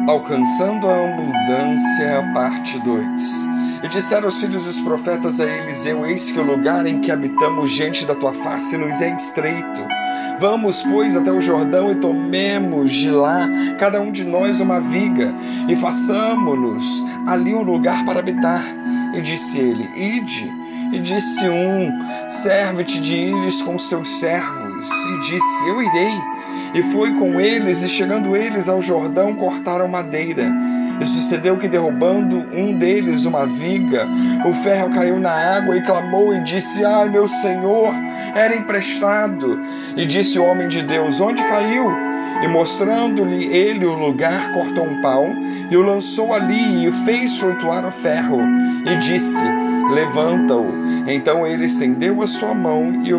Alcançando a abundância, parte 2. E disseram os filhos dos profetas a Eliseu: eis que o lugar em que habitamos diante da tua face nos é estreito. Vamos, pois, até o Jordão e tomemos de lá, cada um de nós, uma viga, e façamos-nos ali um lugar para habitar. E disse ele: ide. E disse um: serve-te de ires com os teus servos. E disse: eu irei. E foi com eles, e chegando eles ao Jordão, cortaram madeira. E sucedeu que, derrubando um deles uma viga, o ferro caiu na água, e clamou e disse: ai, meu senhor, era emprestado. E disse o homem de Deus: onde caiu? E mostrando-lhe ele o lugar, cortou um pau, e o lançou ali, e fez flutuar o ferro. E disse: levanta-o. Então ele estendeu a sua mão e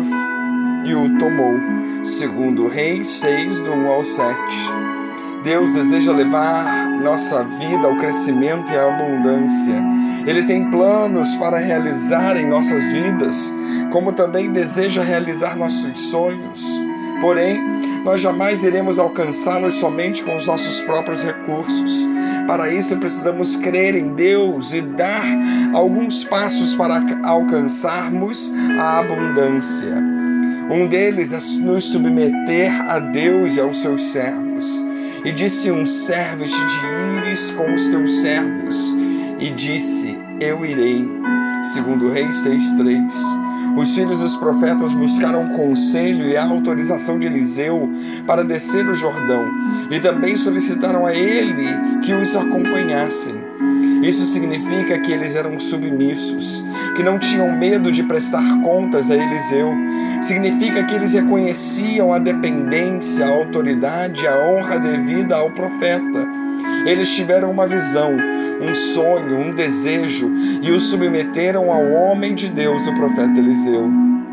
o tomou. Segundo Reis 6, do 1 ao 7. Deus deseja levar nossa vida ao crescimento e à abundância. Ele tem planos para realizar em nossas vidas, como também deseja realizar nossos sonhos. Porém, nós jamais iremos alcançá-los somente com os nossos próprios recursos. Para isso, precisamos crer em Deus e dar alguns passos para alcançarmos a abundância. Um deles é nos submeter a Deus e aos seus servos. E disse um: serve-te de ires com os teus servos. E disse: eu irei. Segundo Reis 6:3. Os filhos dos profetas buscaram conselho e a autorização de Eliseu para descer o Jordão, e também solicitaram a ele que os acompanhassem. Isso significa que eles eram submissos, que não tinham medo de prestar contas a Eliseu. Significa que eles reconheciam a dependência, a autoridade, a honra devida ao profeta. Eles tiveram uma visão, um sonho, um desejo, e o submeteram ao homem de Deus, o profeta Eliseu.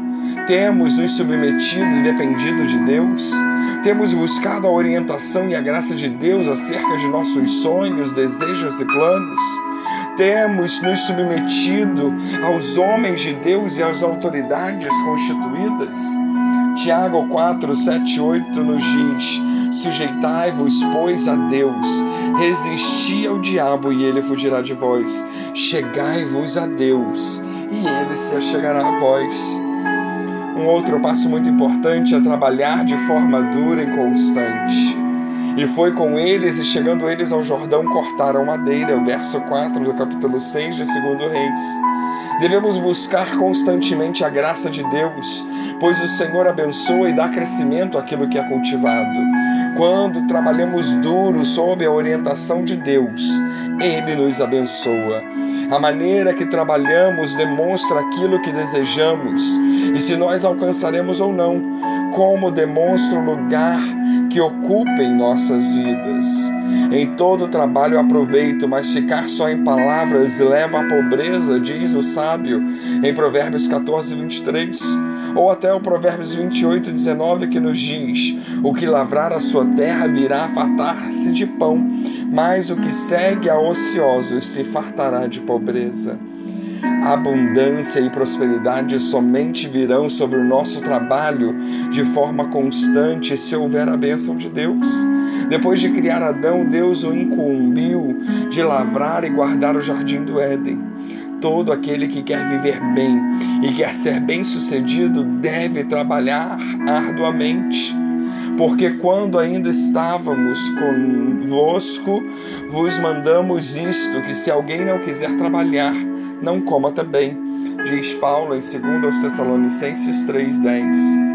Temos nos submetido e dependido de Deus? Temos buscado a orientação e a graça de Deus acerca de nossos sonhos, desejos e planos? Temos nos submetido aos homens de Deus e às autoridades constituídas? Tiago 4, 7, 8 nos diz: sujeitai-vos, pois, a Deus, resisti ao diabo e ele fugirá de vós. Chegai-vos a Deus e ele se achegará a vós. Um outro passo muito importante é trabalhar de forma dura e constante. E foi com eles, e chegando eles ao Jordão, cortaram madeira. O verso 4 do capítulo 6 de 2 Reis. Devemos buscar constantemente a graça de Deus, pois o Senhor abençoa e dá crescimento àquilo que é cultivado. Quando trabalhamos duro sob a orientação de Deus, Ele nos abençoa. A maneira que trabalhamos demonstra aquilo que desejamos, e se nós alcançaremos ou não, como demonstra o lugar que ocupa em nossas vidas. Em todo trabalho aproveito, mas ficar só em palavras leva à pobreza, diz o sábio, em Provérbios 14, 23. Ou até o Provérbios 28, 19, que nos diz: o que lavrar a sua terra virá a fartar-se de pão, mas o que segue a ociosos se fartará de pobreza. Abundância e prosperidade somente virão sobre o nosso trabalho de forma constante se houver a bênção de Deus. Depois de criar Adão, Deus o incumbiu de lavrar e guardar o jardim do Éden. Todo aquele que quer viver bem e quer ser bem-sucedido deve trabalhar arduamente. Porque quando ainda estávamos convosco, vos mandamos isto, que se alguém não quiser trabalhar, não coma também, diz Paulo em 2 Tessalonicenses 3:10.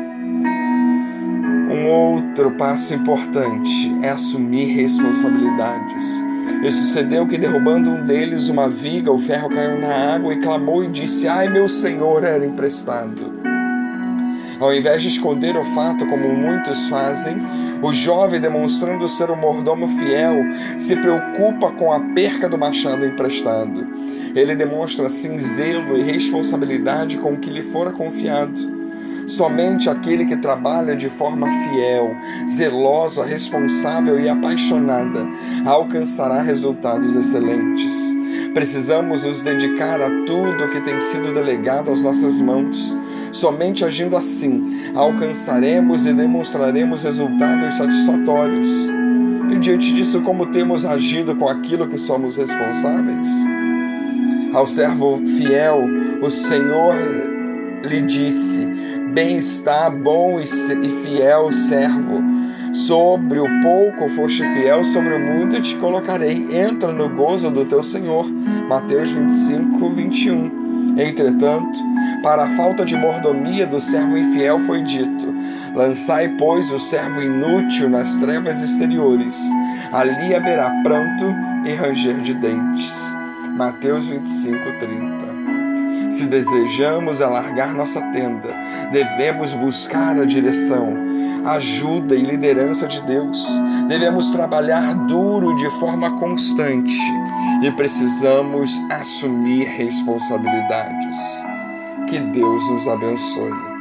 Um outro passo importante é assumir responsabilidades. E sucedeu que, derrubando um deles uma viga, o ferro caiu na água, e clamou e disse: ai, meu senhor, era emprestado. Ao invés de esconder o fato, como muitos fazem, o jovem, demonstrando ser um mordomo fiel, se preocupa com a perca do machado emprestado. Ele demonstra assim zelo e responsabilidade com o que lhe fora confiado. Somente aquele que trabalha de forma fiel, zelosa, responsável e apaixonada alcançará resultados excelentes. Precisamos nos dedicar a tudo que tem sido delegado às nossas mãos. Somente agindo assim, alcançaremos e demonstraremos resultados satisfatórios. E diante disso, como temos agido com aquilo que somos responsáveis? Ao servo fiel, o Senhor lhe disse: bem está, bom e fiel servo. Sobre o pouco foste fiel, sobre o muito te colocarei. Entra no gozo do teu Senhor. Mateus 25, 21. Entretanto, para a falta de mordomia do servo infiel foi dito: lançai, pois, o servo inútil nas trevas exteriores. Ali haverá pranto e ranger de dentes. Mateus 25, 30. Se desejamos alargar nossa tenda, devemos buscar a direção, ajuda e liderança de Deus. Devemos trabalhar duro de forma constante e precisamos assumir responsabilidades. Que Deus nos abençoe.